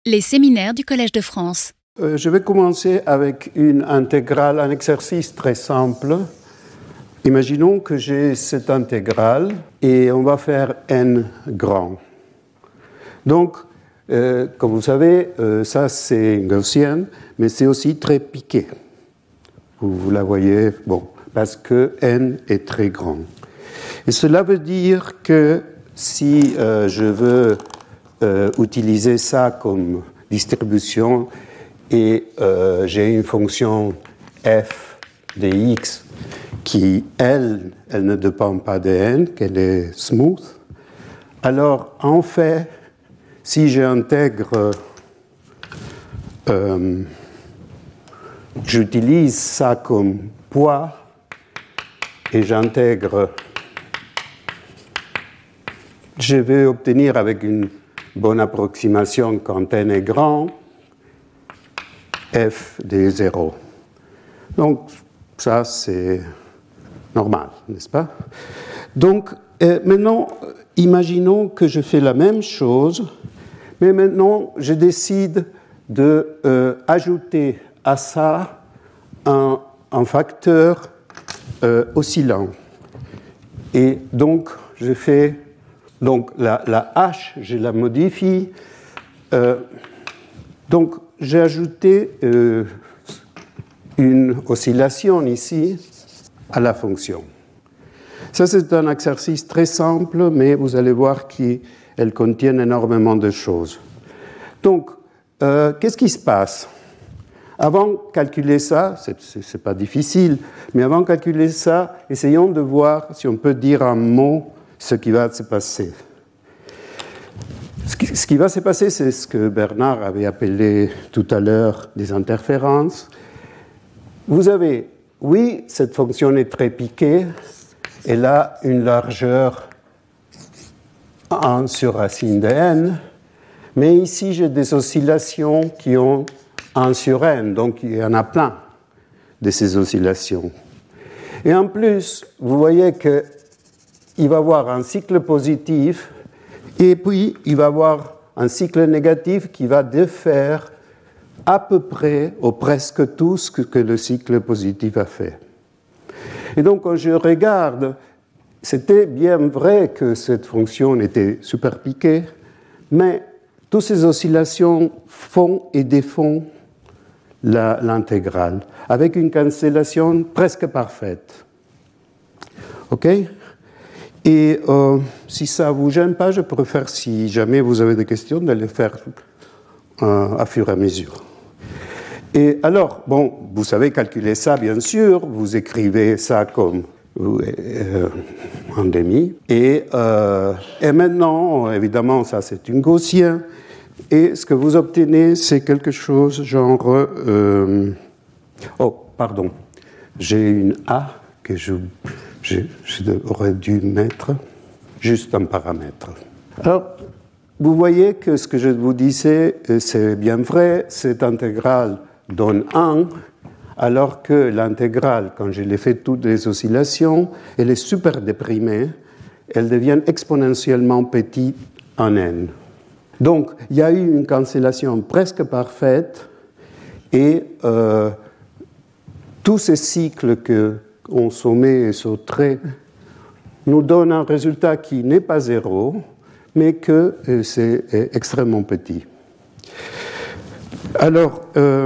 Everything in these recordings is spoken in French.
Les séminaires du Collège de France. Je vais commencer avec une intégrale, un exercice très simple. Imaginons que j'ai cette intégrale et on va faire n grand. Donc, comme vous savez, ça c'est gaussienne, mais c'est aussi très piqué. Vous la voyez, bon, parce que n est très grand. Et cela veut dire que si je veux utiliser ça comme distribution et j'ai une fonction f de x qui, elle ne dépend pas de n, qu'elle est smooth, alors en fait, si j'intègre, j'utilise ça comme poids et j'intègre, je vais obtenir avec une bonne approximation quand n est grand, f de 0. Donc, ça, c'est normal, n'est-ce pas? Donc, maintenant, imaginons que je fais la même chose, mais maintenant, je décide d'ajouter à ça un facteur oscillant. Et donc, je fais... Donc, la h, je la modifie. Donc, j'ai ajouté une oscillation ici à la fonction. Ça, c'est un exercice très simple, mais vous allez voir qu'elle contient énormément de choses. Donc, qu'est-ce qui se passe? Avant de calculer ça, c'est pas difficile, mais avant de calculer ça, essayons de voir si on peut dire un mot ce qui va se passer. Ce qui va se passer, c'est ce que Bernard avait appelé tout à l'heure des interférences. Vous avez, oui, cette fonction est très piquée, elle a une largeur 1 sur racine de n, mais ici j'ai des oscillations qui ont 1 sur n, donc il y en a plein de ces oscillations. Et en plus, vous voyez que il va y avoir un cycle positif et puis il va y avoir un cycle négatif qui va défaire à peu près ou presque tout ce que le cycle positif a fait. Et donc quand je regarde, c'était bien vrai que cette fonction était super piquée, mais toutes ces oscillations font et défont l'intégrale, avec une cancellation presque parfaite. OK ? Et si ça ne vous gêne pas, je préfère, si jamais vous avez des questions, de les faire à fur et à mesure. Et alors, bon, vous savez calculer ça, bien sûr, vous écrivez ça comme en demi. Et maintenant, évidemment, ça c'est une gaussienne. Et ce que vous obtenez, c'est quelque chose genre... oh, pardon, j'ai une A que j'aurais dû mettre juste un paramètre. Alors, vous voyez que ce que je vous disais, c'est bien vrai, cette intégrale donne 1, alors que l'intégrale, quand je l'ai fait toutes les oscillations, elle est super déprimée, elle devient exponentiellement petite en n. Donc, il y a eu une cancellation presque parfaite, et tous ces cycles qu'on sommet et sauterait nous donnent un résultat qui n'est pas 0, mais que c'est extrêmement petit. Alors,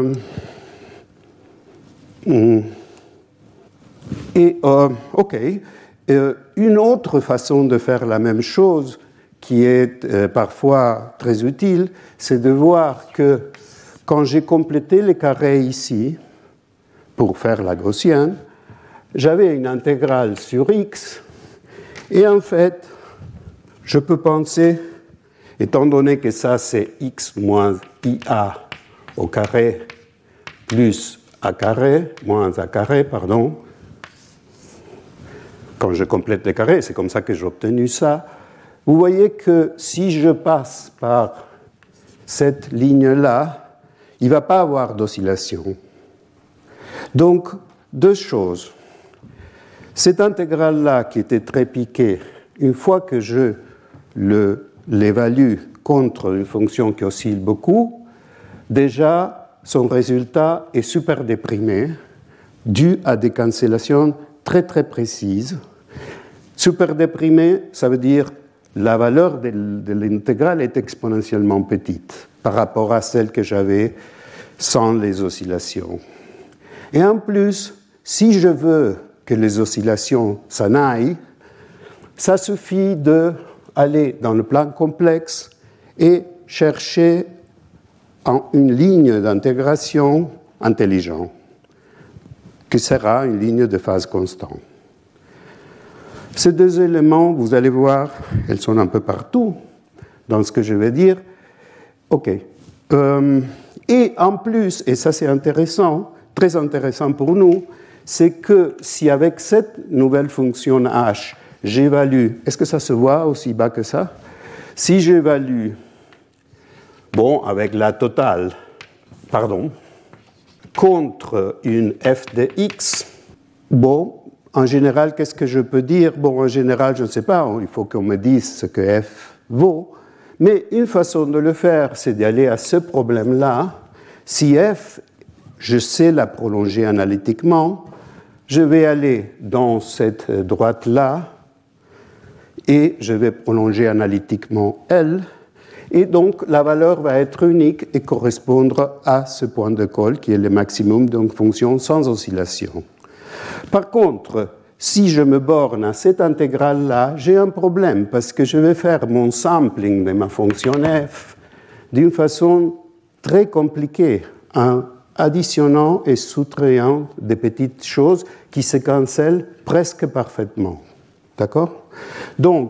OK. Une autre façon de faire la même chose, qui est parfois très utile, c'est de voir que quand j'ai complété les carrés ici, pour faire la gaussienne, j'avais une intégrale sur x, et en fait, je peux penser, étant donné que ça c'est x moins ia au carré plus a carré, moins a carré, pardon, quand je complète les carrés, c'est comme ça que j'ai obtenu ça. Vous voyez que si je passe par cette ligne-là, il ne va pas avoir d'oscillation. Donc, deux choses. Cette intégrale-là, qui était très piquée, une fois que je l'évalue contre une fonction qui oscille beaucoup, déjà, son résultat est super déprimé, dû à des cancellations très très précises. Super déprimé, ça veut dire la valeur de l'intégrale est exponentiellement petite par rapport à celle que j'avais sans les oscillations. Et en plus, si je veux que les oscillations s'en aillent, ça suffit d'aller dans le plan complexe et chercher une ligne d'intégration intelligente, qui sera une ligne de phase constante. Ces deux éléments, vous allez voir, elles sont un peu partout dans ce que je vais dire. OK. Et en plus, et ça c'est intéressant, très intéressant pour nous, c'est que si avec cette nouvelle fonction h, j'évalue, est-ce que ça se voit aussi bas que ça? Si j'évalue, bon, avec la totale, contre une f de x, bon, en général, qu'est-ce que je peux dire? Bon, en général, je ne sais pas, il faut qu'on me dise ce que f vaut, mais une façon de le faire, c'est d'aller à ce problème-là. Si f, je sais la prolonger analytiquement, je vais aller dans cette droite-là et je vais prolonger analytiquement L, et donc la valeur va être unique et correspondre à ce point de colle qui est le maximum d'une fonction sans oscillation. Par contre, si je me borne à cette intégrale-là, j'ai un problème parce que je vais faire mon sampling de ma fonction f d'une façon très compliquée, en additionnant et soustrayant des petites choses qui se cancellent presque parfaitement. D'accord? Donc,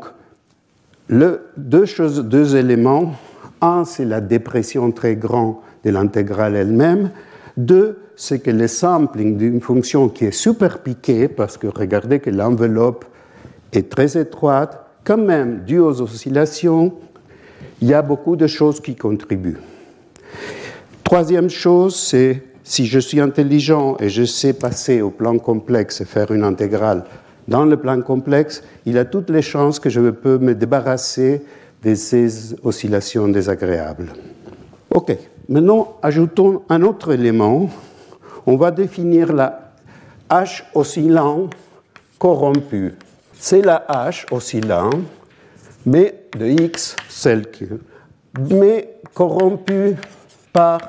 deux éléments. Un, c'est la dépression très grande de l'intégrale elle-même. Deux, c'est que le sampling d'une fonction qui est super piquée, parce que regardez que l'enveloppe est très étroite, quand même, dû aux oscillations, il y a beaucoup de choses qui contribuent. Troisième chose, c'est si je suis intelligent et je sais passer au plan complexe et faire une intégrale dans le plan complexe, il y a toutes les chances que je peux me débarrasser de ces oscillations désagréables. OK. Maintenant, ajoutons un autre élément. On va définir la H oscillant corrompue. C'est la H oscillant, mais de X, mais corrompue par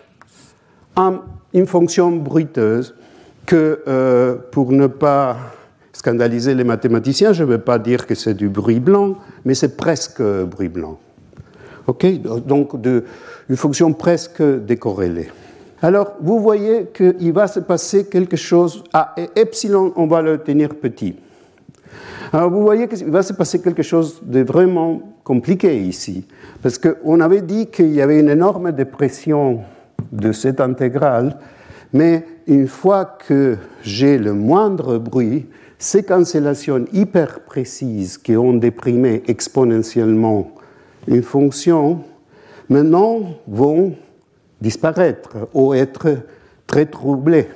une fonction bruiteuse que, pour ne pas scandaliser les mathématiciens, je ne vais pas dire que c'est du bruit blanc, mais c'est presque bruit blanc. Okay? Donc, une fonction presque décorrélée. Alors, vous voyez qu'il va se passer quelque chose. Et epsilon, on va le tenir petit. Alors, vous voyez qu'il va se passer quelque chose de vraiment compliqué ici. Parce qu'on avait dit qu'il y avait une énorme dépression de cette intégrale, mais une fois que j'ai le moindre bruit, ces cancellations hyper précises qui ont déprimé exponentiellement une fonction, maintenant vont disparaître ou être très troublées.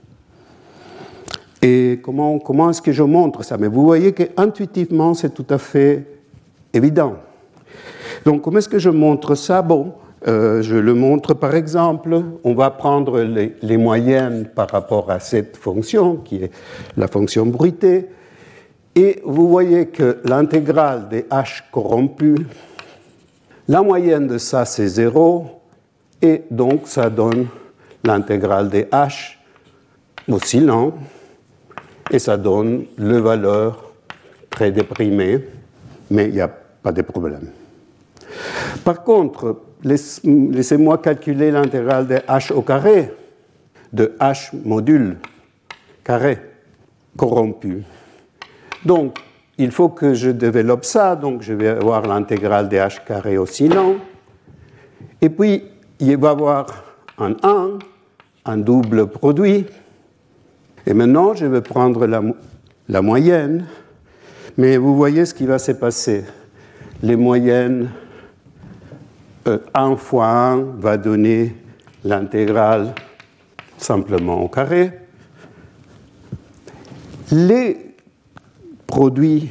Et comment est-ce que je montre ça? Mais vous voyez qu'intuitivement, c'est tout à fait évident. Donc, comment est-ce que je montre ça? Bon, je le montre par exemple, on va prendre les moyennes par rapport à cette fonction, qui est la fonction bruitée, et vous voyez que l'intégrale des h corrompues, la moyenne de ça, c'est 0, et donc ça donne l'intégrale des h oscillant, et ça donne le valeur très déprimée, mais il n'y a pas de problème. Par contre, laissez-moi calculer l'intégrale de h au carré, de h module carré corrompu. Donc, il faut que je développe ça, donc je vais avoir l'intégrale de h carré oscillant, et puis il va y avoir un double produit, et maintenant je vais prendre la moyenne, mais vous voyez ce qui va se passer. Les moyennes 1 fois 1 va donner l'intégrale simplement au carré. Les produits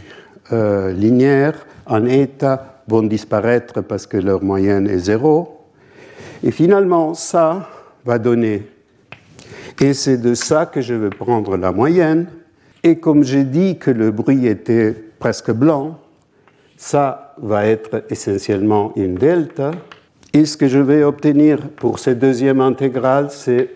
linéaires en état vont disparaître parce que leur moyenne est 0. Et finalement, ça va donner. Et c'est de ça que je vais prendre la moyenne. Et comme j'ai dit que le bruit était presque blanc, ça va être essentiellement une delta. Et ce que je vais obtenir pour cette deuxième intégrale, c'est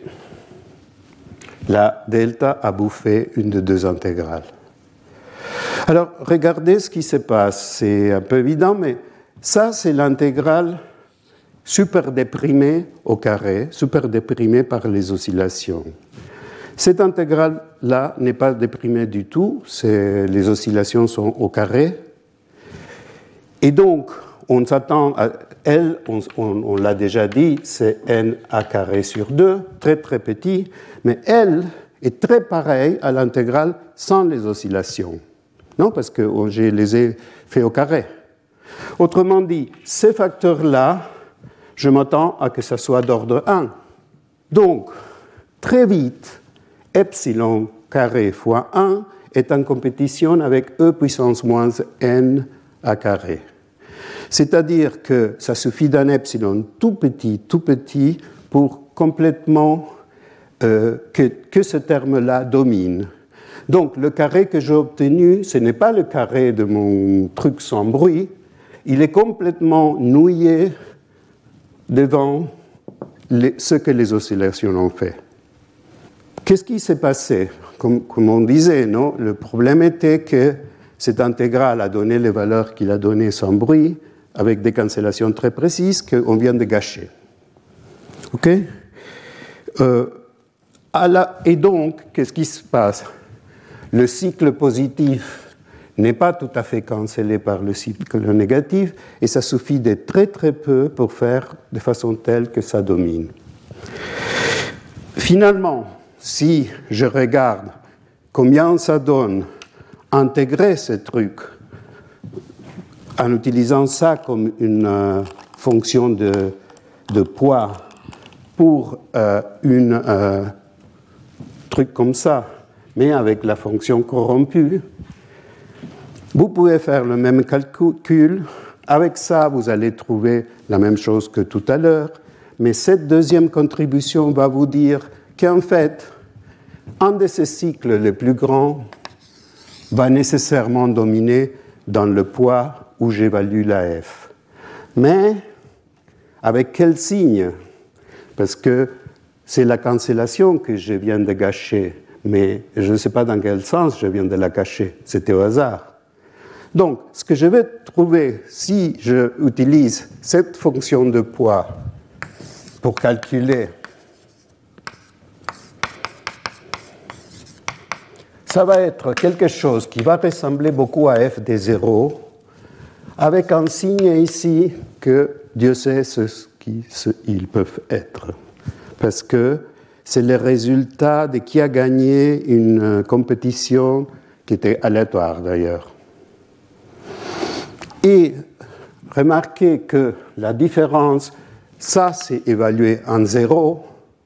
la delta à bouffer une de deux intégrales. Alors, regardez ce qui se passe. C'est un peu évident, mais ça, c'est l'intégrale super déprimée au carré, super déprimée par les oscillations. Cette intégrale-là n'est pas déprimée du tout, les oscillations sont au carré. Et donc, on s'attend à L, on l'a déjà dit, c'est n a carré sur 2, très très petit, mais L est très pareil à l'intégrale sans les oscillations. Non, parce que je les ai fait au carré. Autrement dit, ces facteurs-là, je m'attends à que ça soit d'ordre 1. Donc, très vite, epsilon carré fois 1 est en compétition avec e puissance moins n a carré. C'est-à-dire que ça suffit d'un epsilon tout petit, pour complètement que ce terme-là domine. Donc, le carré que j'ai obtenu, ce n'est pas le carré de mon truc sans bruit, il est complètement noué devant ce que les oscillations ont fait. Qu'est-ce qui s'est passé ? Comme on disait, non ? Le problème était que cette intégrale a donné les valeurs qu'il a données sans bruit, avec des cancellations très précises qu'on vient de gâcher. OK ? Et donc, qu'est-ce qui se passe ? Le cycle positif n'est pas tout à fait cancellé par le cycle négatif, et ça suffit de très très peu pour faire de façon telle que ça domine. Finalement, si je regarde combien ça donne intégrer ce truc en utilisant ça comme une fonction de poids pour un truc comme ça, mais avec la fonction corrompue, vous pouvez faire le même calcul. Avec ça, vous allez trouver la même chose que tout à l'heure, mais cette deuxième contribution va vous dire qu'en fait, un de ces cycles les plus grands va nécessairement dominer dans le poids où j'évalue la f. Mais avec quel signe ? Parce que c'est la cancellation que je viens de gâcher, mais je ne sais pas dans quel sens je viens de la gâcher, c'était au hasard. Donc, ce que je vais trouver si je utilise cette fonction de poids pour calculer, ça va être quelque chose qui va ressembler beaucoup à f des zéros, avec un signe ici que Dieu sait ce qu'ils peuvent être. Parce que c'est le résultat de qui a gagné une compétition qui était aléatoire d'ailleurs. Et remarquez que la différence, ça c'est évalué en zéro,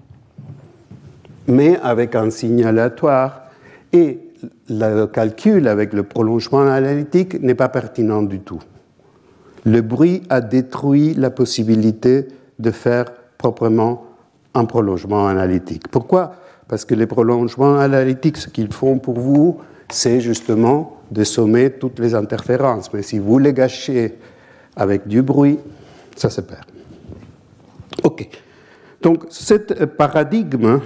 mais avec un signe aléatoire, et le calcul avec le prolongement analytique n'est pas pertinent du tout. Le bruit a détruit la possibilité de faire proprement un prolongement analytique. Pourquoi ? Parce que les prolongements analytiques, ce qu'ils font pour vous, c'est justement de sommer toutes les interférences. Mais si vous les gâchez avec du bruit, ça se perd. OK. Donc, ce paradigme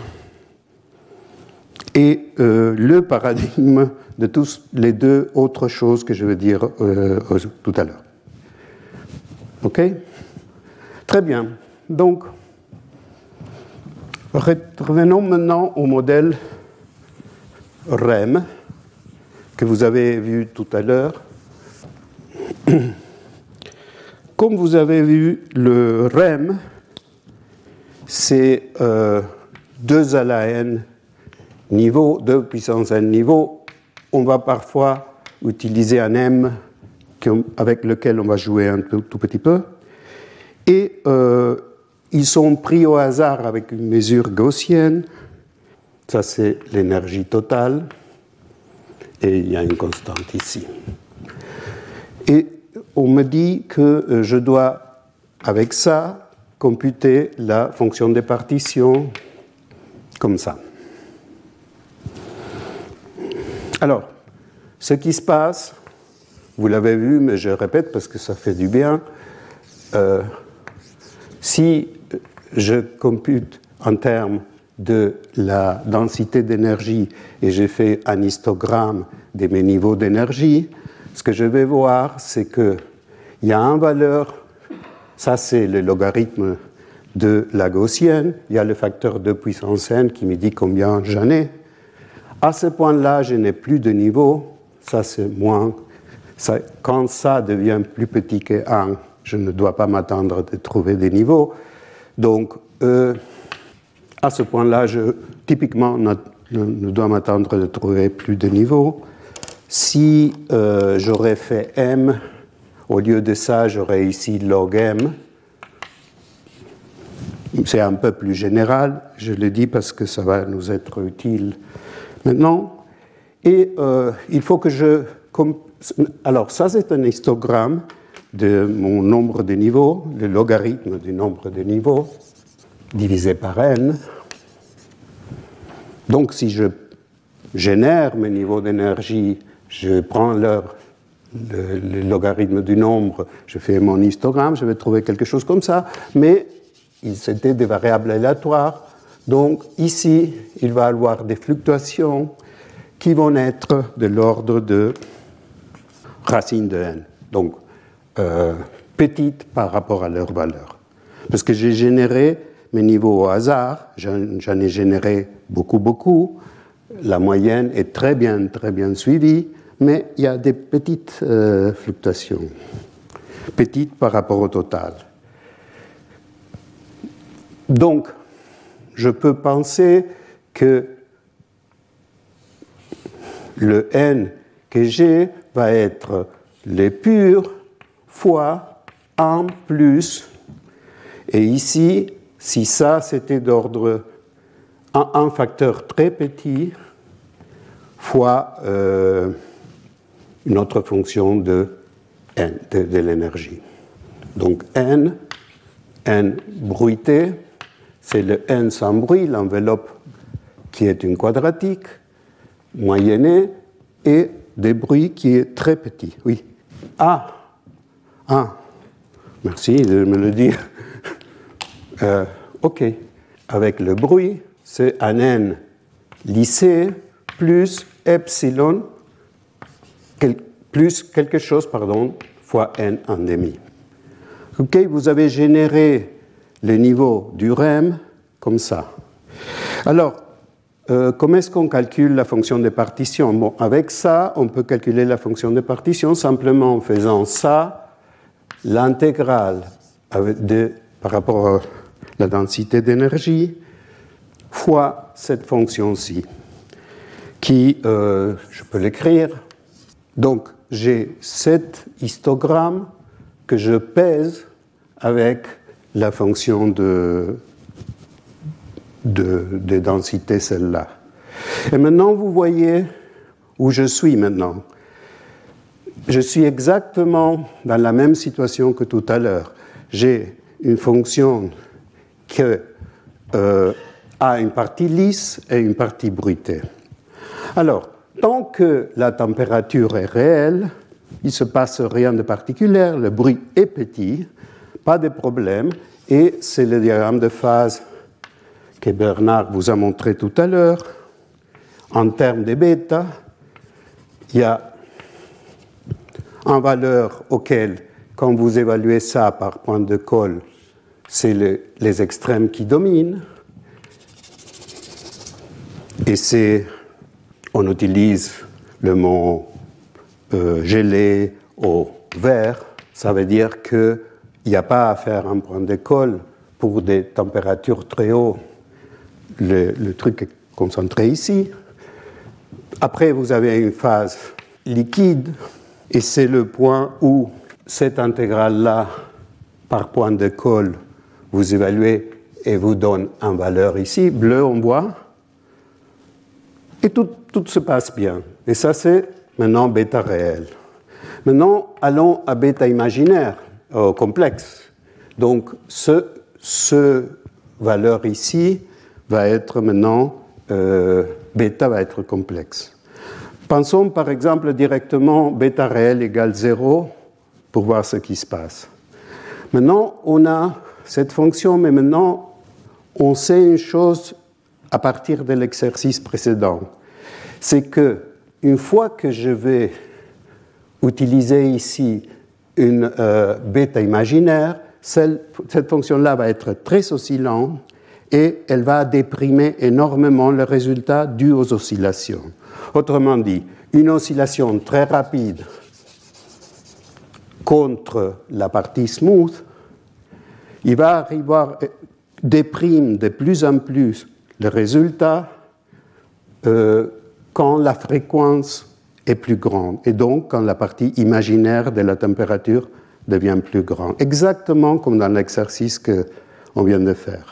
est le paradigme de tous les deux autres choses que je vais dire tout à l'heure. OK ? Très bien. Donc, revenons maintenant au modèle REM que vous avez vu tout à l'heure. Comme vous avez vu, le REM, c'est 2 à la n niveau, 2 puissance n niveau. On va parfois utiliser un m avec lequel on va jouer un tout petit peu. Et ils sont pris au hasard avec une mesure gaussienne. Ça, c'est l'énergie totale. Et il y a une constante ici. Et on me dit que je dois, avec ça, computer la fonction de partition comme ça. Alors, ce qui se passe, vous l'avez vu, mais je répète parce que ça fait du bien, si je compute en termes de la densité d'énergie et j'ai fait un histogramme de mes niveaux d'énergie, ce que je vais voir, c'est qu'il y a une valeur, ça c'est le logarithme de la gaussienne, il y a le facteur 2 puissance n qui me dit combien j'en ai. À ce point-là, je n'ai plus de niveau, ça c'est moins. Quand ça devient plus petit que 1, je ne dois pas m'attendre de trouver des niveaux. Donc, à ce point-là, typiquement, ne dois m'attendre de trouver plus de niveaux. Si j'aurais fait m, au lieu de ça, j'aurais ici log m. C'est un peu plus général, je le dis parce que ça va nous être utile maintenant. Et il faut que je... Alors, ça, c'est un histogramme de mon nombre de niveaux, le logarithme du nombre de niveaux, divisé par n. Donc, si je génère mes niveaux d'énergie, je prends le logarithme du nombre, je fais mon histogramme, je vais trouver quelque chose comme ça, mais c'était des variables aléatoires. Donc, ici, il va y avoir des fluctuations qui vont être de l'ordre de racine de n. Donc, petites par rapport à leur valeur. Parce que j'ai généré mes niveaux au hasard, j'en ai généré beaucoup. La moyenne est très bien suivie, mais il y a des petites fluctuations. Petites par rapport au total. Donc, je peux penser que le n que j'ai va être les purs fois 1 plus, et ici, si ça c'était d'ordre un facteur très petit, fois une autre fonction de n, de l'énergie. Donc n bruité, c'est le n sans bruit, l'enveloppe qui est une quadratique, moyennée, et des bruits qui est très petit. Oui. Merci de me le dire. OK. Avec le bruit, c'est un n lissé plus epsilon, plus quelque chose, fois n en demi. OK, vous avez généré le niveau du REM comme ça. Alors, comment est-ce qu'on calcule la fonction de partition? Bon, avec ça, on peut calculer la fonction de partition simplement en faisant ça, l'intégrale par rapport à la densité d'énergie, fois cette fonction-ci, qui, je peux l'écrire. Donc, j'ai cet histogramme que je pèse avec la fonction de densité, celle-là. Et maintenant, vous voyez où je suis maintenant. Je suis exactement dans la même situation que tout à l'heure. J'ai une fonction qui a une partie lisse et une partie bruitée. Alors, tant que la température est réelle, il ne se passe rien de particulier, le bruit est petit, pas de problème, et c'est le diagramme de phase que Bernard vous a montré tout à l'heure. En termes de bêta, il y a une valeur auquel, quand vous évaluez ça par point de colle, c'est les extrêmes qui dominent. Et on utilise le mot gelé au vert. Ça veut dire qu'il n'y a pas à faire un point de colle pour des températures très hautes. Le truc est concentré ici. Après, vous avez une phase liquide, et c'est le point où cette intégrale-là, par point de colle, vous évaluez et vous donne une valeur ici, bleu, on voit. Et tout se passe bien. Et ça, c'est maintenant bêta réel. Maintenant, allons à bêta imaginaire, complexe. Donc, ce valeur ici va être maintenant, bêta va être complexe. Pensons par exemple directement bêta réel égale 0 pour voir ce qui se passe. Maintenant, on a cette fonction, mais maintenant, on sait une chose à partir de l'exercice précédent. C'est que une fois que je vais utiliser ici une bêta imaginaire, cette fonction-là va être très oscillante et elle va déprimer énormément le résultat dû aux oscillations. Autrement dit, une oscillation très rapide contre la partie smooth, il va arriver déprime de plus en plus le résultat quand la fréquence est plus grande et donc quand la partie imaginaire de la température devient plus grande. Exactement comme dans l'exercice qu'on vient de faire.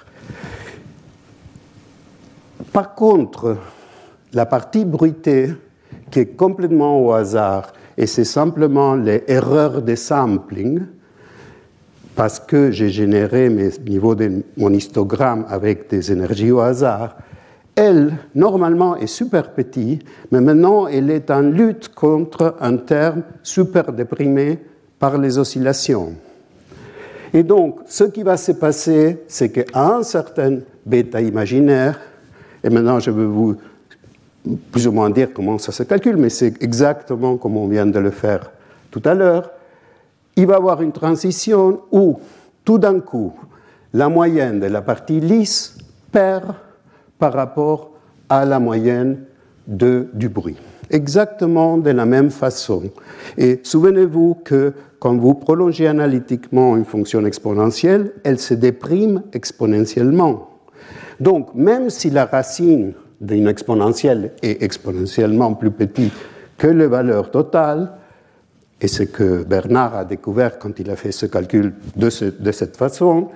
Par contre, la partie bruitée, qui est complètement au hasard, et c'est simplement les erreurs de sampling, parce que j'ai généré mes niveaux de mon histogramme avec des énergies au hasard, elle, normalement, est super petite, mais maintenant, elle est en lutte contre un terme super déprimé par les oscillations. Et donc, ce qui va se passer, c'est qu'à un certain bêta imaginaire, et maintenant, je vais vous plus ou moins dire comment ça se calcule, mais c'est exactement comme on vient de le faire tout à l'heure, il va y avoir une transition où, tout d'un coup, la moyenne de la partie lisse perd par rapport à la moyenne du bruit. Exactement de la même façon. Et souvenez-vous que quand vous prolongez analytiquement une fonction exponentielle, elle se déprime exponentiellement. Donc, même si la racine d'une exponentielle est exponentiellement plus petite que les valeurs totales, et ce que Bernard a découvert quand il a fait ce calcul de cette façon,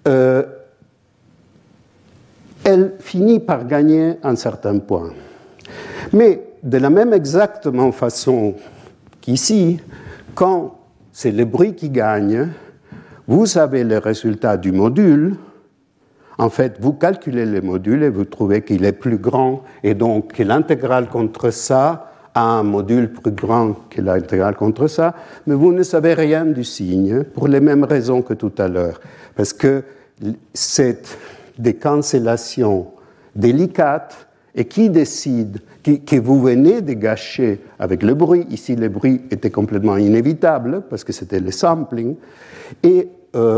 elle finit par gagner un certain point. Mais de la même exactement façon qu'ici, quand c'est le bruit qui gagne, vous avez le résultat du module. En fait, vous calculez le module et vous trouvez qu'il est plus grand, et donc que l'intégrale contre ça a un module plus grand que l'intégrale contre ça, mais vous ne savez rien du signe, pour les mêmes raisons que tout à l'heure. Parce que c'est des cancellations délicates, et qui décide, que vous venez de gâcher avec le bruit. Ici, le bruit était complètement inévitable, parce que c'était le sampling. Et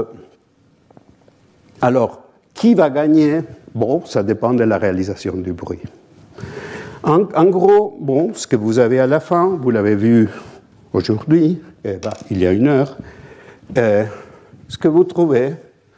alors, qui va gagner? Bon, ça dépend de la réalisation du bruit. En gros, bon, ce que vous avez à la fin, vous l'avez vu aujourd'hui, il y a une heure, ce que vous trouvez,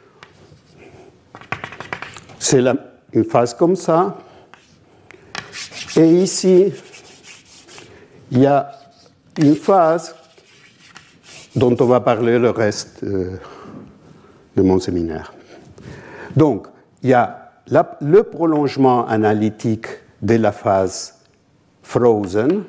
c'est une phase comme ça, et ici, il y a une phase dont on va parler le reste de mon séminaire. Donc, il y a le prolongement analytique de la phase frozen.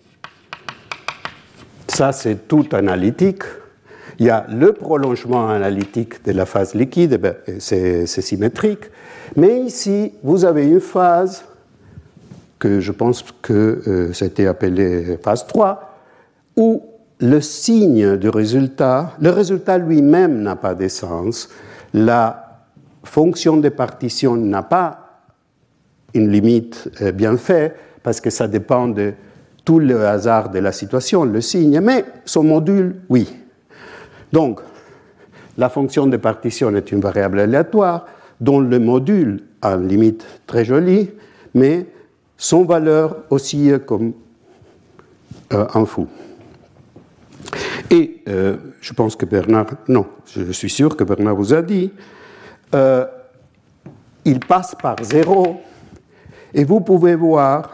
Ça, c'est tout analytique. Il y a le prolongement analytique de la phase liquide, c'est symétrique. Mais ici, vous avez une phase que je pense que c'était appelée phase 3, où le signe du résultat, le résultat lui-même n'a pas de sens. La fonction de partition n'a pas une limite bien faite, parce que ça dépend de tout le hasard de la situation, le signe, mais son module, oui. Donc, la fonction de partition est une variable aléatoire, dont le module a une limite très jolie, mais son valeur oscille comme un fou. Et je pense que Bernard, non, je suis sûr que Bernard vous a dit, il passe par 0, et vous pouvez voir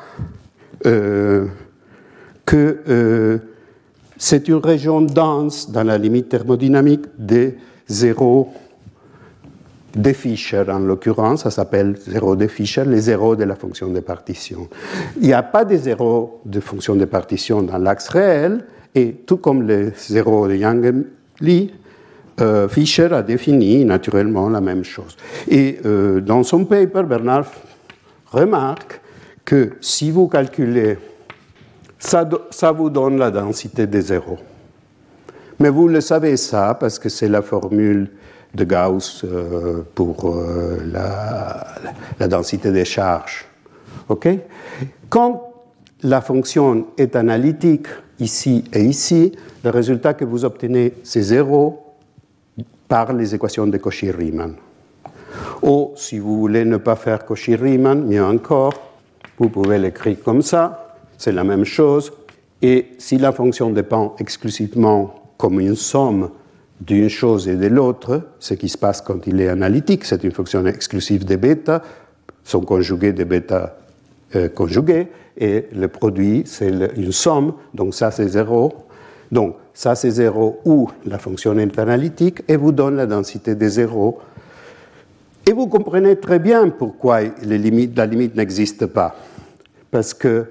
que c'est une région dense dans la limite thermodynamique des zéros de Fischer, en l'occurrence, ça s'appelle zéro de Fischer, les zéros de la fonction de partition. Il n'y a pas de zéros de fonction de partition dans l'axe réel, et tout comme les zéros de Yang-Lee, Fischer a défini naturellement la même chose. Et dans son paper, Bernard remarque que si vous calculez, ça vous donne la densité des zéros. Mais vous le savez ça, parce que c'est la formule de Gauss pour la densité des charges. Okay? Quand la fonction est analytique, ici et ici, le résultat que vous obtenez, c'est zéro par les équations de Cauchy-Riemann. Ou, si vous voulez ne pas faire Cauchy-Riemann, mieux encore, vous pouvez l'écrire comme ça, c'est la même chose. Et si la fonction dépend exclusivement comme une somme d'une chose et de l'autre, ce qui se passe quand il est analytique, c'est une fonction exclusive de bêta, son conjugué de bêta conjugué, et le produit, c'est une somme, donc ça c'est zéro. Donc ça c'est zéro où la fonction est analytique et vous donne la densité des zéros. Et vous comprenez très bien pourquoi la limite n'existe pas. Parce que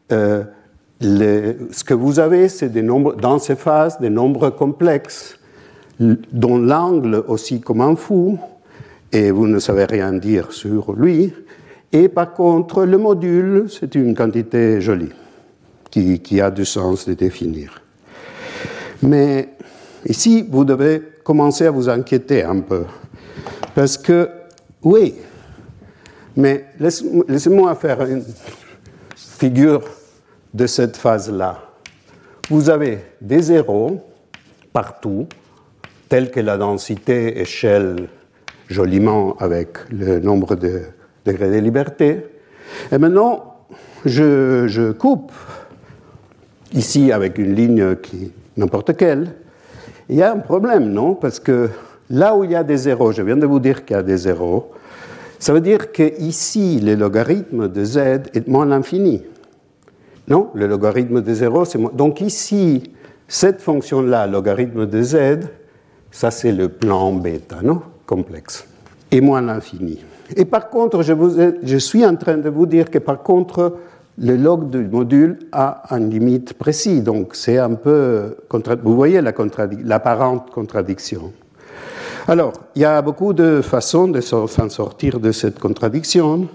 ce que vous avez, c'est des nombres, dans ces phases, des nombres complexes dont l'angle oscille comme un fou, et vous ne savez rien dire sur lui. Et par contre, le module, c'est une quantité jolie, qui a du sens de définir. Mais ici, vous devez commencer à vous inquiéter un peu. Parce que, oui, mais laissez-moi faire une figure de cette phase-là. Vous avez des zéros partout, tels que la densité échelle joliment avec le nombre de degrés de liberté. Et maintenant, je coupe ici avec une ligne qui n'importe quelle. Il y a un problème, non? Parce que là où il y a des zéros, je viens de vous dire qu'il y a des zéros, ça veut dire qu'ici, le logarithme de z est moins l'infini. Non? Le logarithme de 0, c'est moins. Donc ici, cette fonction-là, logarithme de z, ça c'est le plan bêta, non? Complexe. Et moins l'infini. Et par contre, je suis en train de vous dire que par contre, le log du module a une limite précise. Donc c'est un peu, vous voyez l'apparente contradiction. Alors, il y a beaucoup de façons de s'en sortir de cette contradiction.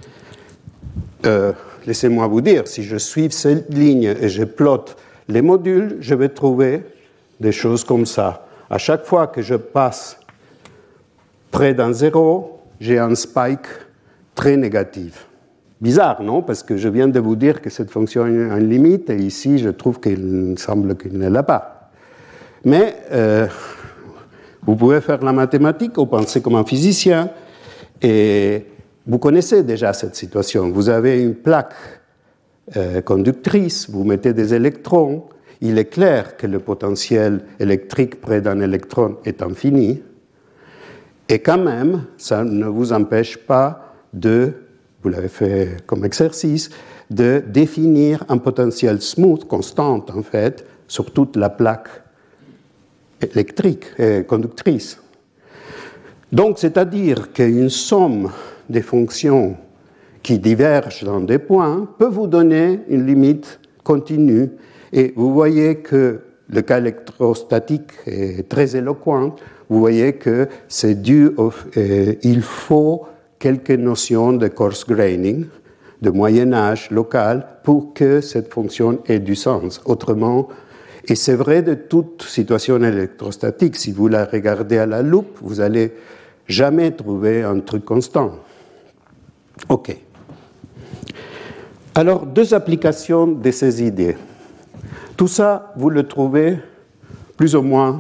Laissez-moi vous dire, si je suis cette ligne et je plotte les modules, je vais trouver des choses comme ça. À chaque fois que je passe près d'un zéro, j'ai un spike très négatif. Bizarre, non? Parce que je viens de vous dire que cette fonction a une limite, et ici, je trouve qu'il semble qu'il ne l'a pas. Mais vous pouvez faire la mathématique ou penser comme un physicien, et vous connaissez déjà cette situation. Vous avez une plaque conductrice, vous mettez des électrons, il est clair que le potentiel électrique près d'un électron est infini, et quand même, ça ne vous empêche pas vous l'avez fait comme exercice, de définir un potentiel smooth, constant en fait, sur toute la plaque électrique et conductrice. Donc, c'est-à-dire qu'une somme des fonctions qui divergent dans des points peut vous donner une limite continue. Et vous voyez que le cas électrostatique est très éloquent. Vous voyez que c'est dû il faut quelques notions de coarse graining, de Moyen-Âge local, pour que cette fonction ait du sens. Autrement, et c'est vrai de toute situation électrostatique, si vous la regardez à la loupe, vous n'allez jamais trouver un truc constant. OK. Alors, deux applications de ces idées. Tout ça, vous le trouvez plus ou moins,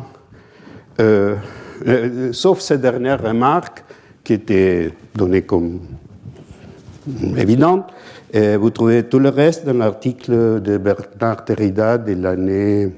sauf ces dernières remarques qui étaient données comme évidentes. Vous trouvez tout le reste dans l'article de Bernard Derrida de l'année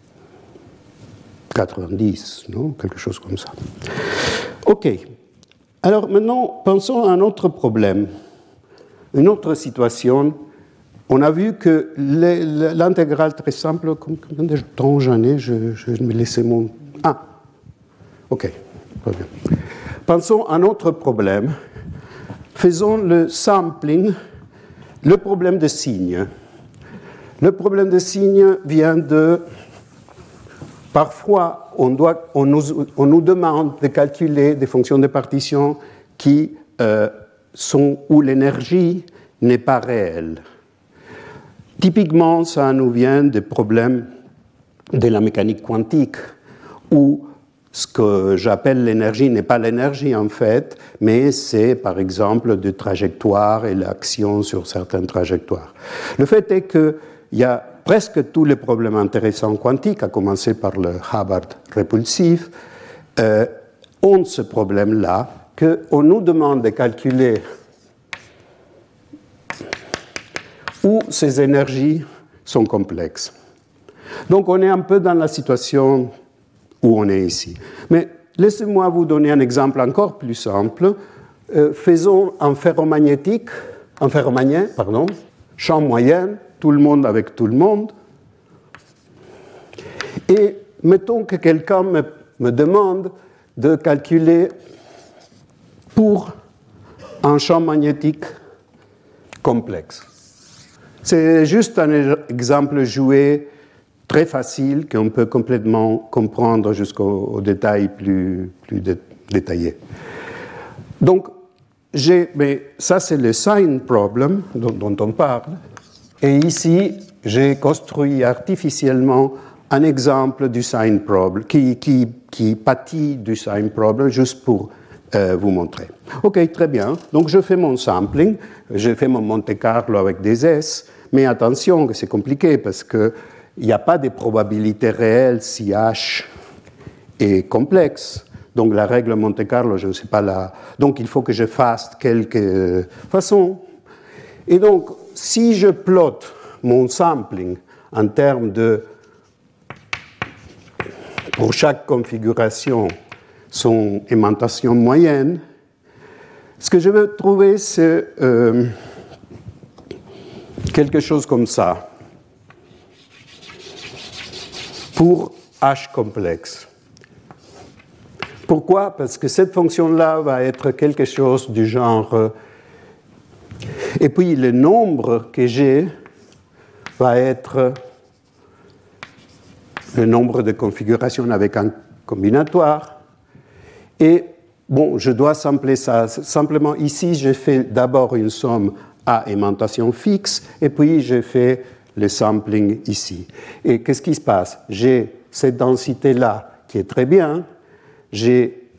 90, non? Quelque chose comme ça. OK. Alors maintenant, pensons à un autre problème, une autre situation. On a vu que l'intégrale très simple, combien de temps j'en ai, je me laissais mon... Ah, OK, très bien. Pensons à un autre problème. Faisons le sampling, le problème de signes. Le problème de signes vient de parfois, on nous demande de calculer des fonctions de partition qui sont où l'énergie n'est pas réelle. Typiquement, ça nous vient des problèmes de la mécanique quantique, où ce que j'appelle l'énergie n'est pas l'énergie en fait, mais c'est par exemple des trajectoires et l'action sur certaines trajectoires. Le fait est qu'il y a presque tous les problèmes intéressants quantiques, à commencer par le Hubbard répulsif, ont ce problème-là, qu'on nous demande de calculer où ces énergies sont complexes. Donc on est un peu dans la situation où on est ici. Mais laissez-moi vous donner un exemple encore plus simple. Faisons un ferromagné, champ moyen, tout le monde avec tout le monde. Et mettons que quelqu'un me demande de calculer pour un champ magnétique complexe. C'est juste un exemple joué très facile qu'on peut complètement comprendre jusqu'aux détails plus détaillés. Donc, mais ça c'est le sign problem dont on parle. Et ici, j'ai construit artificiellement un exemple du sign problem qui pâtit du sign problem juste pour vous montrer. Ok, très bien. Donc je fais mon sampling, je fais mon Monte Carlo avec des S, mais attention que c'est compliqué parce que il n'y a pas de probabilité réelle si H est complexe. Donc la règle Monte Carlo, je ne sais pas là. Donc il faut que je fasse quelques façons. Et donc, si je plotte mon sampling en termes de, pour chaque configuration, son aimantation moyenne, ce que je veux trouver, c'est quelque chose comme ça. Pour H complexe. Pourquoi? Parce que cette fonction-là va être quelque chose du genre... et puis le nombre que j'ai va être le nombre de configurations avec un combinatoire. Et bon, je dois sampler ça. Simplement, ici, je fais d'abord une somme à aimantation fixe, et puis je fais le sampling ici. Et qu'est-ce qui se passe? J'ai cette densité-là qui est très bien, j'ai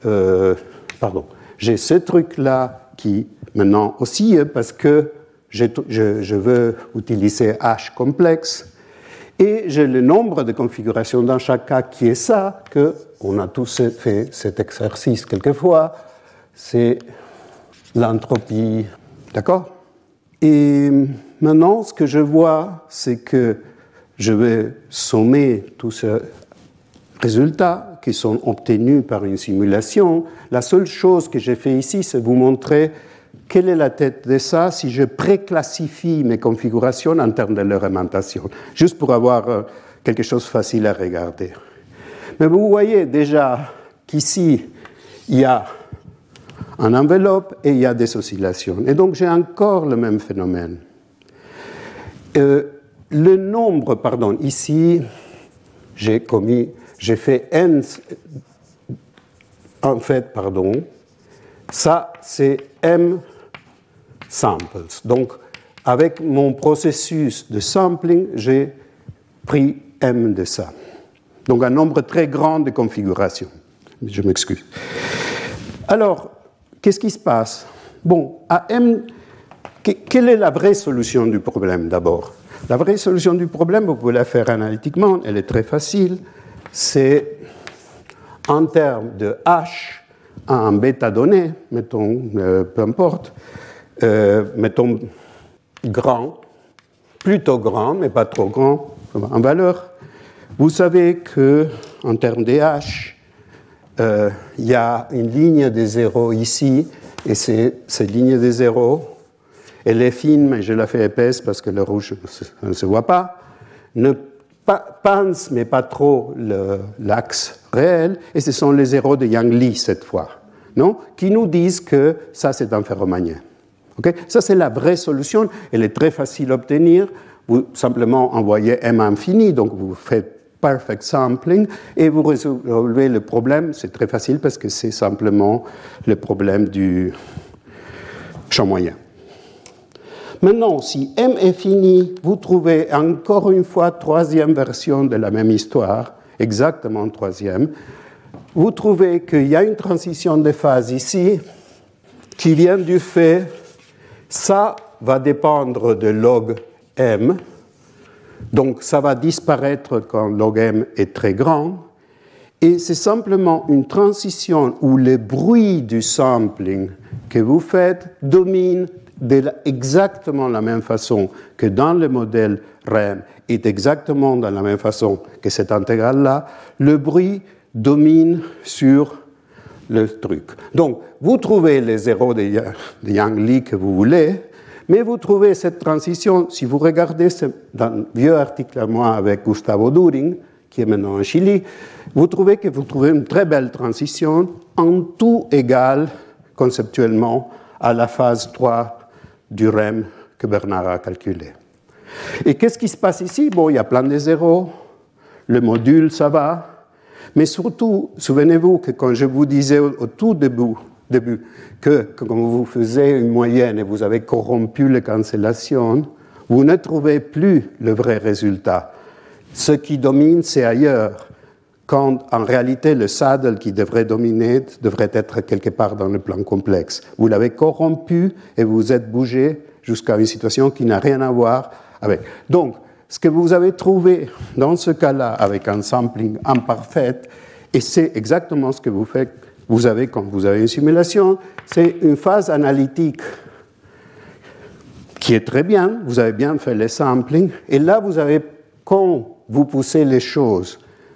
ce truc-là qui maintenant oscille parce que je veux utiliser H complexe, et j'ai le nombre de configurations dans chaque cas qui est ça, qu'on a tous fait cet exercice quelquefois, c'est l'entropie, d'accord? Et maintenant, ce que je vois, c'est que je vais sommer tous ces résultats qui sont obtenus par une simulation. La seule chose que j'ai fait ici, c'est vous montrer quelle est la tête de ça si je préclassifie mes configurations en termes de leur aimantation, juste pour avoir quelque chose de facile à regarder. Mais vous voyez déjà qu'ici, il y a une enveloppe et il y a des oscillations. Et donc, j'ai encore le même phénomène. Le nombre, ici, j'ai fait n, ça c'est m samples. Donc, avec mon processus de sampling, j'ai pris m de ça. Donc, un nombre très grand de configurations. Je m'excuse. Alors, qu'est-ce qui se passe? Bon, à m, quelle est la vraie solution du problème d'abord? La vraie solution du problème, vous pouvez la faire analytiquement, elle est très facile, c'est en termes de h à un bêta donné, mettons, peu importe, mettons grand, plutôt grand, mais pas trop grand en valeur. Vous savez qu'en termes de h, il y a une ligne de zéro ici, et c'est cette ligne de zéro. Elle est fine, mais je la fais épaisse parce que le rouge ne se voit pas. Ne pense, mais pas trop, l'axe réel. Et ce sont les zéros de Yang-Lee cette fois, non? Qui nous disent que ça, c'est un ferromagné. Okay? Ça, c'est la vraie solution. Elle est très facile à obtenir. Vous simplement envoyez M infini, donc vous faites perfect sampling, et vous résolvez le problème. C'est très facile parce que c'est simplement le problème du champ moyen. Maintenant, si M est fini, vous trouvez encore une fois troisième version de la même histoire, exactement troisième. Vous trouvez qu'il y a une transition de phase ici qui vient du fait, ça va dépendre de log M, donc ça va disparaître quand log M est très grand, et c'est simplement une transition où le bruit du sampling que vous faites domine exactement la même façon que dans le modèle REM et exactement de la même façon que cette intégrale-là, le bruit domine sur le truc. Donc, vous trouvez les zéros de Yang-Lee que vous voulez, mais vous trouvez cette transition, si vous regardez dans un vieux article à moi avec Gustavo During, qui est maintenant en Chili, vous trouvez une très belle transition en tout égal, conceptuellement, à la phase 3 du REM que Bernard a calculé. Et qu'est-ce qui se passe ici? Bon, il y a plein de zéros, le module, ça va, mais surtout, souvenez-vous que quand je vous disais au tout début que quand vous faisiez une moyenne et vous avez corrompu les cancellations, vous ne trouvez plus le vrai résultat. Ce qui domine, c'est ailleurs, quand en réalité le saddle qui devrait dominer devrait être quelque part dans le plan complexe. Vous l'avez corrompu et vous vous êtes bougé jusqu'à une situation qui n'a rien à voir avec. Donc, ce que vous avez trouvé dans ce cas-là avec un sampling imparfait, et c'est exactement ce que vous avez quand vous avez une simulation, c'est une phase analytique qui est très bien, vous avez bien fait les samplings, et là vous avez, quand vous poussez les choses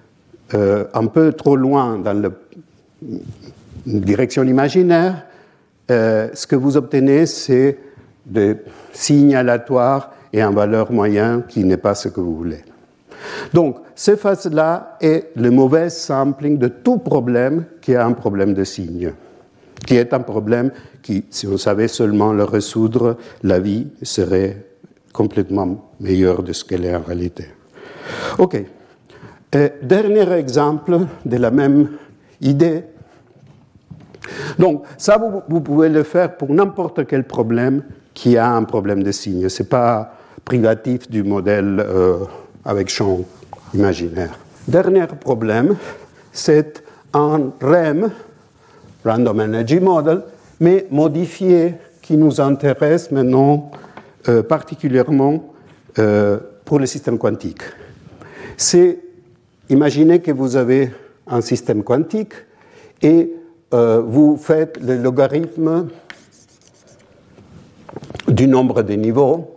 un peu trop loin dans une direction imaginaire, ce que vous obtenez, c'est des signes aléatoires et un valeur moyen qui n'est pas ce que vous voulez. Donc, cette phase-là est le mauvais sampling de tout problème qui est un problème de signe, qui est un problème qui, si on savait seulement le résoudre, la vie serait complètement meilleure de ce qu'elle est en réalité. OK. Dernier exemple de la même idée. Donc, ça, vous pouvez le faire pour n'importe quel problème qui a un problème de signe. Ce n'est pas privatif du modèle avec champ imaginaire. Dernier problème, c'est un REM, Random Energy Model, mais modifié, qui nous intéresse maintenant particulièrement pour le système quantique. Imaginez que vous avez un système quantique et vous faites le logarithme du nombre de niveaux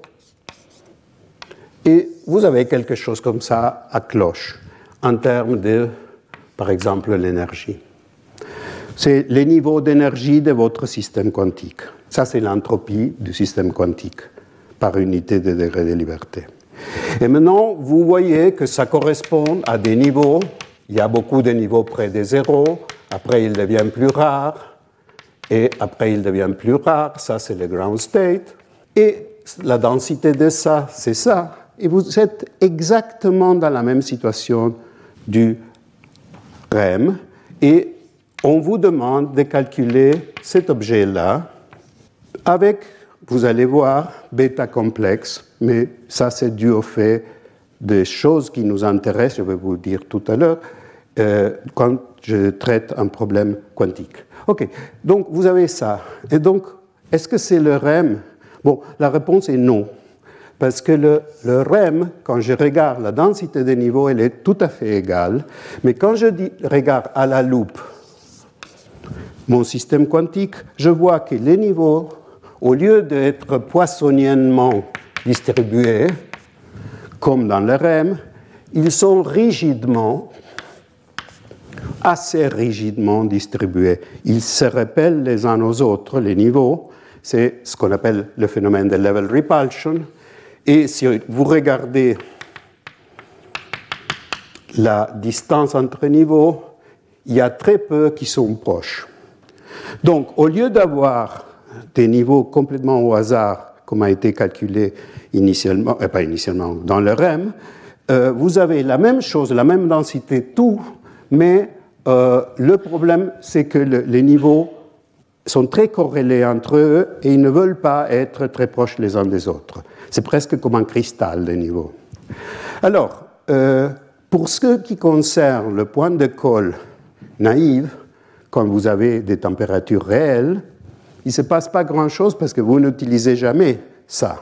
et vous avez quelque chose comme ça à cloche en termes de, par exemple, l'énergie. C'est les niveaux d'énergie de votre système quantique. Ça, c'est l'entropie du système quantique par unité de degré de liberté. Et maintenant, vous voyez que ça correspond à des niveaux. Il y a beaucoup de niveaux près des zéros. Après, ils deviennent plus rares. Et après, ils deviennent plus rares. Ça, c'est le ground state. Et la densité de ça, c'est ça. Et vous êtes exactement dans la même situation du REM. Et on vous demande de calculer cet objet-là avec, vous allez voir, bêta complexe, mais ça c'est dû au fait des choses qui nous intéressent, je vais vous le dire tout à l'heure, quand je traite un problème quantique. OK, donc vous avez ça. Et donc, est-ce que c'est le REM? Bon, la réponse est non. Parce que le REM, quand je regarde la densité des niveaux, elle est tout à fait égale. Mais quand je regarde à la loupe mon système quantique, je vois que les niveaux, au lieu d'être poissonnièrement distribués, comme dans le REM, ils sont assez rigidement distribués. Ils se répèlent les uns aux autres, les niveaux. C'est ce qu'on appelle le phénomène de level repulsion. Et si vous regardez la distance entre niveaux, il y a très peu qui sont proches. Donc, au lieu d'avoir des niveaux complètement au hasard, comme a été calculé initialement, pas initialement, dans le REM, vous avez la même chose, la même densité, tout, mais le problème, c'est que les niveaux sont très corrélés entre eux et ils ne veulent pas être très proches les uns des autres. C'est presque comme un cristal, les niveaux. Alors, pour ce qui concerne le point de colle naïf, quand vous avez des températures réelles, il ne se passe pas grand-chose parce que vous n'utilisez jamais ça.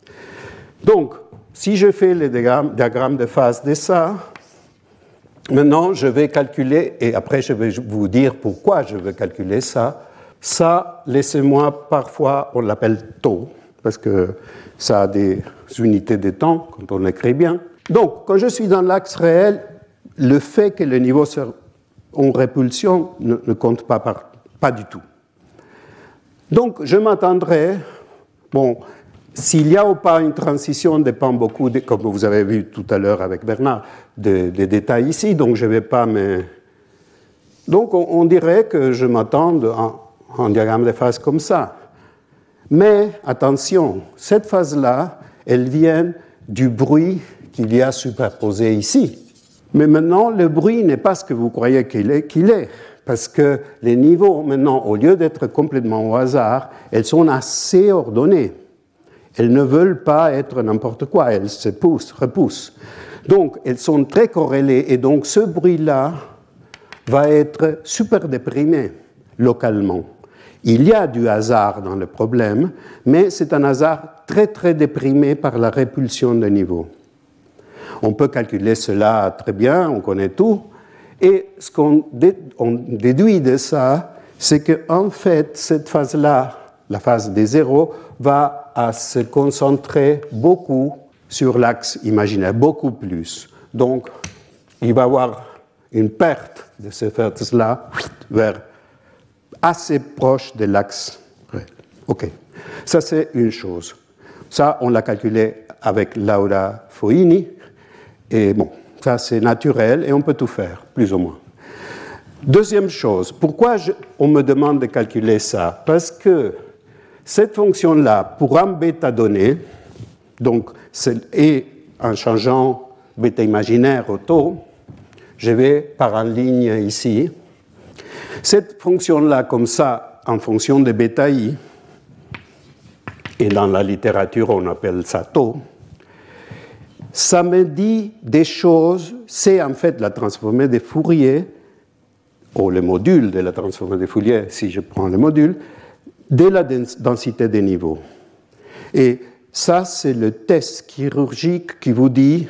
Donc, si je fais le diagramme de phase de ça, maintenant je vais calculer, et après je vais vous dire pourquoi je veux calculer ça. Ça, laissez-moi parfois, on l'appelle taux, parce que ça a des unités de temps quand on l'écrit bien. Donc, quand je suis dans l'axe réel, le fait que le niveau en répulsion ne compte pas du tout. Donc, je m'attendrai, bon, s'il y a ou pas une transition dépend beaucoup, comme vous avez vu tout à l'heure avec Bernard, des détails ici, donc je ne vais pas me... Donc, on dirait que je m'attends en diagramme de phase comme ça. Mais, attention, cette phase-là, elle vient du bruit qu'il y a superposé ici. Mais maintenant, le bruit n'est pas ce que vous croyez qu'il est, parce que les niveaux, maintenant, au lieu d'être complètement au hasard, elles sont assez ordonnées. Elles ne veulent pas être n'importe quoi, elles se repoussent. Donc, elles sont très corrélées, et donc ce bruit-là va être super déprimé localement. Il y a du hasard dans le problème, mais c'est un hasard très, très déprimé par la répulsion des niveaux. On peut calculer cela très bien, on connaît tout, et ce qu'on déduit de ça, c'est qu'en fait, cette phase-là, la phase des zéros, va se concentrer beaucoup sur l'axe imaginaire, beaucoup plus. Donc, il va y avoir une perte de cette phase-là vers assez proche de l'axe réel. OK. Ça, c'est une chose. Ça, on l'a calculé avec Laura Foini. Et bon, ça, c'est naturel et on peut tout faire, plus ou moins. Deuxième chose, pourquoi on me demande de calculer ça? Parce que cette fonction-là, pour un bêta donné, donc, et en changeant bêta imaginaire au taux, je vais par une ligne ici. Cette fonction-là, comme ça, en fonction de bêta i, et dans la littérature, on appelle ça taux, ça me dit des choses, c'est en fait la transformée de Fourier, ou le module de la transformée de Fourier, si je prends le module, de la densité des niveaux. Et ça, c'est le test chirurgical qui vous dit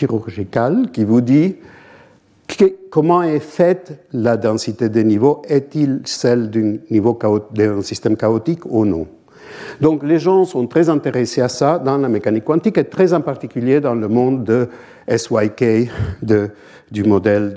comment est faite la densité des niveaux. Est-il celle d'un système chaotique ou non? Donc, les gens sont très intéressés à ça dans la mécanique quantique et très en particulier dans le monde de SYK, du modèle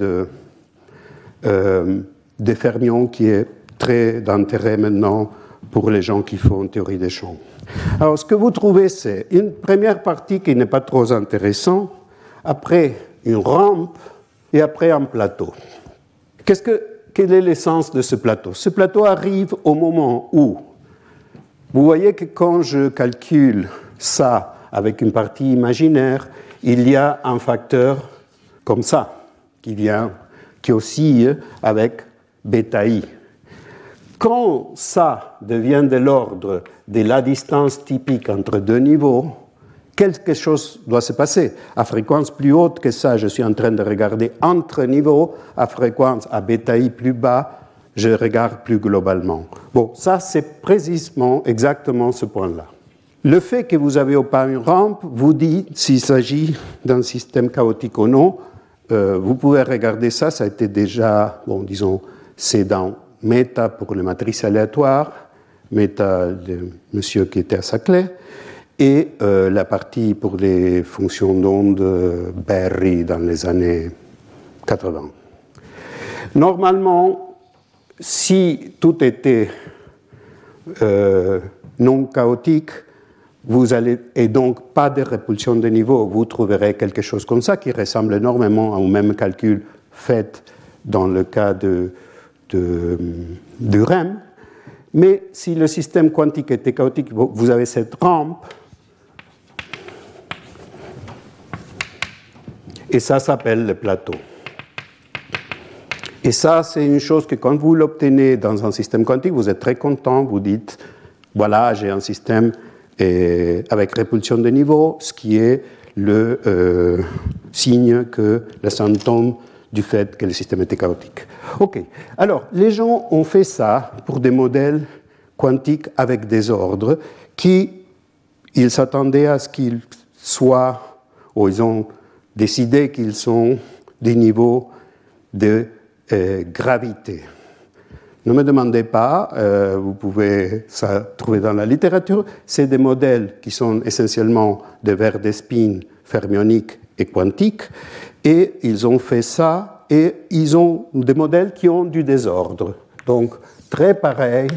de fermions qui est très d'intérêt maintenant pour les gens qui font théorie des champs. Alors, ce que vous trouvez, c'est une première partie qui n'est pas trop intéressante, après une rampe et après un plateau. Quel est l'essence de ce plateau? Ce plateau arrive au moment où vous voyez que quand je calcule ça avec une partie imaginaire, il y a un facteur comme ça, qui oscille avec bêta i. Quand ça devient de l'ordre de la distance typique entre deux niveaux, quelque chose doit se passer. À fréquence plus haute que ça, je suis en train de regarder entre niveaux. À fréquence à bêta i plus bas, je regarde plus globalement. Bon, ça, c'est précisément exactement ce point-là. Le fait que vous avez ou pas une rampe vous dit s'il s'agit d'un système chaotique ou non. Vous pouvez regarder ça, ça a été déjà, bon, disons, c'est dans Méta pour les matrices aléatoires, Méta de monsieur qui était à Saclay, et la partie pour les fonctions d'onde Berry dans les années 80. Normalement, si tout était non chaotique, et donc pas de répulsion de niveau, vous trouverez quelque chose comme ça qui ressemble énormément au même calcul fait dans le cas du REM. Mais si le système quantique était chaotique, vous avez cette rampe. Et ça s'appelle le plateau. Et ça, c'est une chose que quand vous l'obtenez dans un système quantique, vous êtes très content, vous dites, voilà, j'ai un système avec répulsion de niveau, ce qui est le signe que le symptôme du fait que le système était chaotique. OK. Alors, les gens ont fait ça pour des modèles quantiques avec des ordres qui, ils s'attendaient à ce qu'ils soient, ou ils ont décidé qu'ils sont des niveaux de gravité. Ne me demandez pas, vous pouvez ça trouver dans la littérature, c'est des modèles qui sont essentiellement des verres d'espine fermioniques et quantiques, et ils ont fait ça, et ils ont des modèles qui ont du désordre. Donc, très pareil.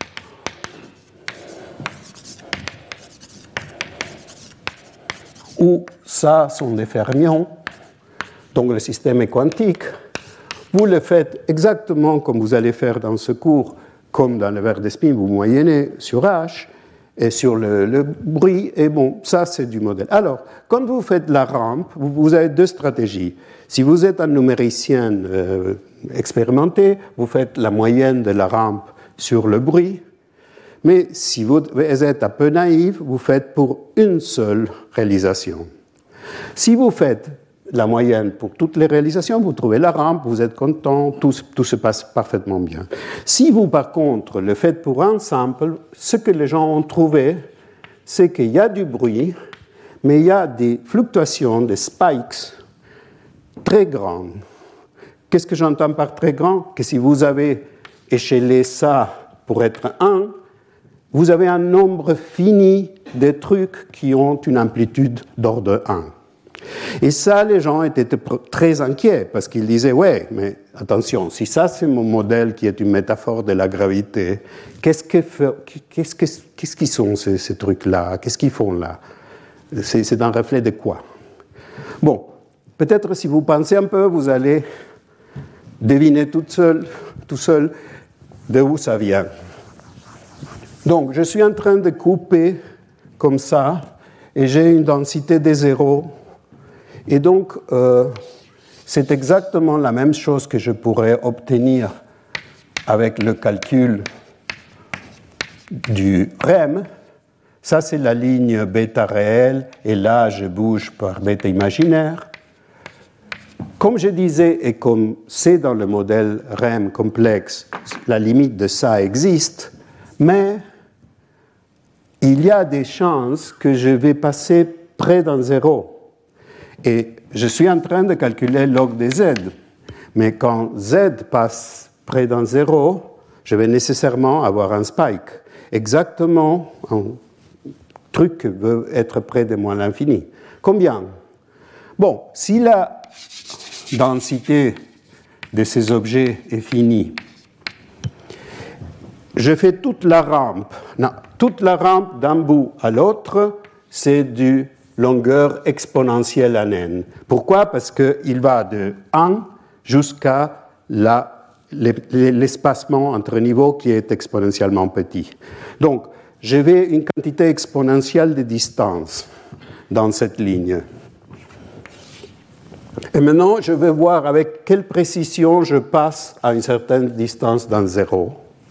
Où ça sont des fermions, donc le système est quantique. Vous le faites exactement comme vous allez faire dans ce cours, comme dans le verre d'espine, vous moyennez sur H et sur le bruit, et bon, ça c'est du modèle. Alors, quand vous faites la rampe, vous avez deux stratégies. Si vous êtes un numéricien expérimenté, vous faites la moyenne de la rampe sur le bruit, mais si vous êtes un peu naïf, vous faites pour une seule réalisation. Si vous faites la moyenne pour toutes les réalisations, vous trouvez la rampe, vous êtes content, tout se passe parfaitement bien. Si vous, par contre, le faites pour un sample, ce que les gens ont trouvé, c'est qu'il y a du bruit, mais il y a des fluctuations, des spikes très grandes. Qu'est-ce que j'entends par très grand? Que si vous avez échelé ça pour être 1, vous avez un nombre fini de trucs qui ont une amplitude d'ordre 1. Et ça, les gens étaient très inquiets parce qu'ils disaient, ouais, mais attention, si ça c'est mon modèle qui est une métaphore de la gravité, qu'est-ce qu'ils sont ces trucs-là? Qu'est-ce qu'ils font là? C'est un reflet de quoi? Bon, peut-être si vous pensez un peu, vous allez deviner tout seul de où ça vient. Donc, je suis en train de couper comme ça, et j'ai une densité des zéros. Et donc, c'est exactement la même chose que je pourrais obtenir avec le calcul du REM. Ça, c'est la ligne bêta réelle, et là, je bouge par bêta imaginaire. Comme je disais, et comme c'est dans le modèle REM complexe, la limite de ça existe, mais il y a des chances que je vais passer près d'un zéro. Et je suis en train de calculer log de z. Mais quand z passe près d'un zéro, je vais nécessairement avoir un spike. Exactement un truc qui veut être près de moins l'infini. Combien? Bon, si la densité de ces objets est finie, je fais toute la rampe. Non, toute la rampe d'un bout à l'autre, c'est du longueur exponentielle en n. Pourquoi? Parce qu'il va de 1 jusqu'à l'espacement entre niveaux qui est exponentiellement petit. Donc, je vais une quantité exponentielle de distance dans cette ligne. Et maintenant, je vais voir avec quelle précision je passe à une certaine distance d'un zéro.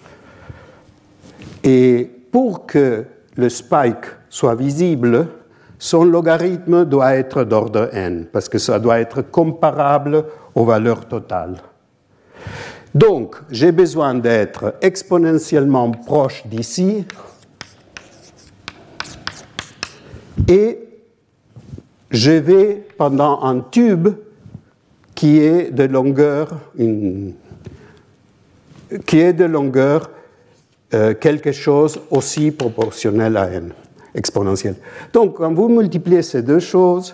Et pour que le spike soit visible, son logarithme doit être d'ordre n, parce que ça doit être comparable aux valeurs totales. Donc, j'ai besoin d'être exponentiellement proche d'ici, et je vais pendant un tube qui est de longueur, quelque chose aussi proportionnel à n. Exponentielle. Donc, quand vous multipliez ces deux choses,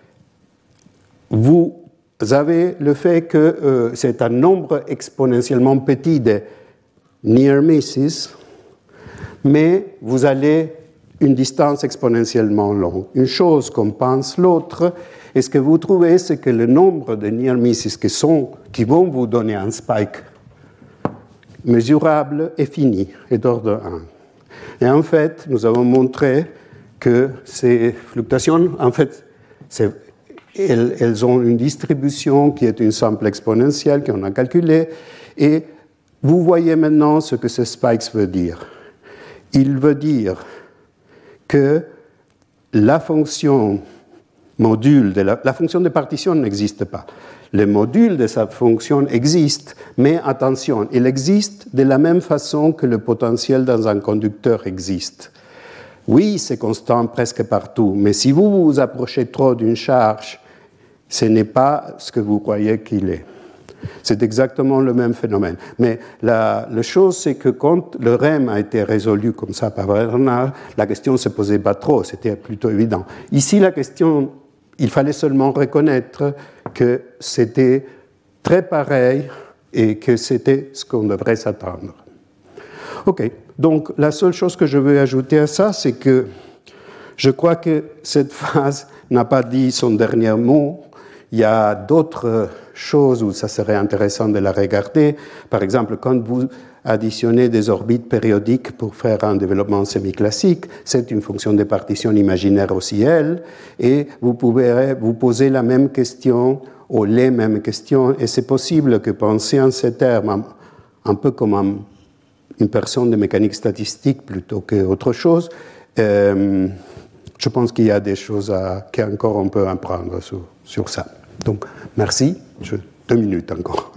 vous avez le fait que c'est un nombre exponentiellement petit de near misses, mais vous avez une distance exponentiellement longue. Une chose compense l'autre, et ce que vous trouvez, c'est que le nombre de near misses qui vont vous donner un spike mesurable est fini, est d'ordre 1. Et en fait, nous avons montré que ces fluctuations, en fait, elles ont une distribution qui est une simple exponentielle qu'on a calculée. Et vous voyez maintenant ce que ce spikes veut dire. Il veut dire que la fonction module, la fonction de partition n'existe pas. Le module de sa fonction existe, mais attention, il existe de la même façon que le potentiel dans un conducteur existe. Oui, c'est constant presque partout, mais si vous vous approchez trop d'une charge, ce n'est pas ce que vous croyez qu'il est. C'est exactement le même phénomène. Mais la chose, c'est que quand le REM a été résolu comme ça par Bernard, la question ne se posait pas trop, c'était plutôt évident. Ici, la question, il fallait seulement reconnaître que c'était très pareil et que c'était ce qu'on devrait s'attendre. OK, donc la seule chose que je veux ajouter à ça, c'est que je crois que cette phrase n'a pas dit son dernier mot. Il y a d'autres choses où ça serait intéressant de la regarder. Par exemple, quand vous additionnez des orbites périodiques pour faire un développement semi-classique, c'est une fonction de partition imaginaire au ciel, et vous pouvez vous poser la même question ou les mêmes questions, et c'est possible que penser en ces termes, un peu comme une personne de mécanique statistique plutôt qu'autre chose, je pense qu'il y a des choses qu'encore on peut apprendre sur ça. Donc, merci. 2 minutes encore.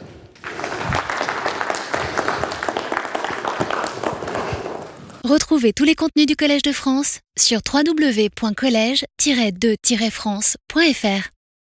Retrouvez tous les contenus du Collège de France sur www.collège-2-france.fr.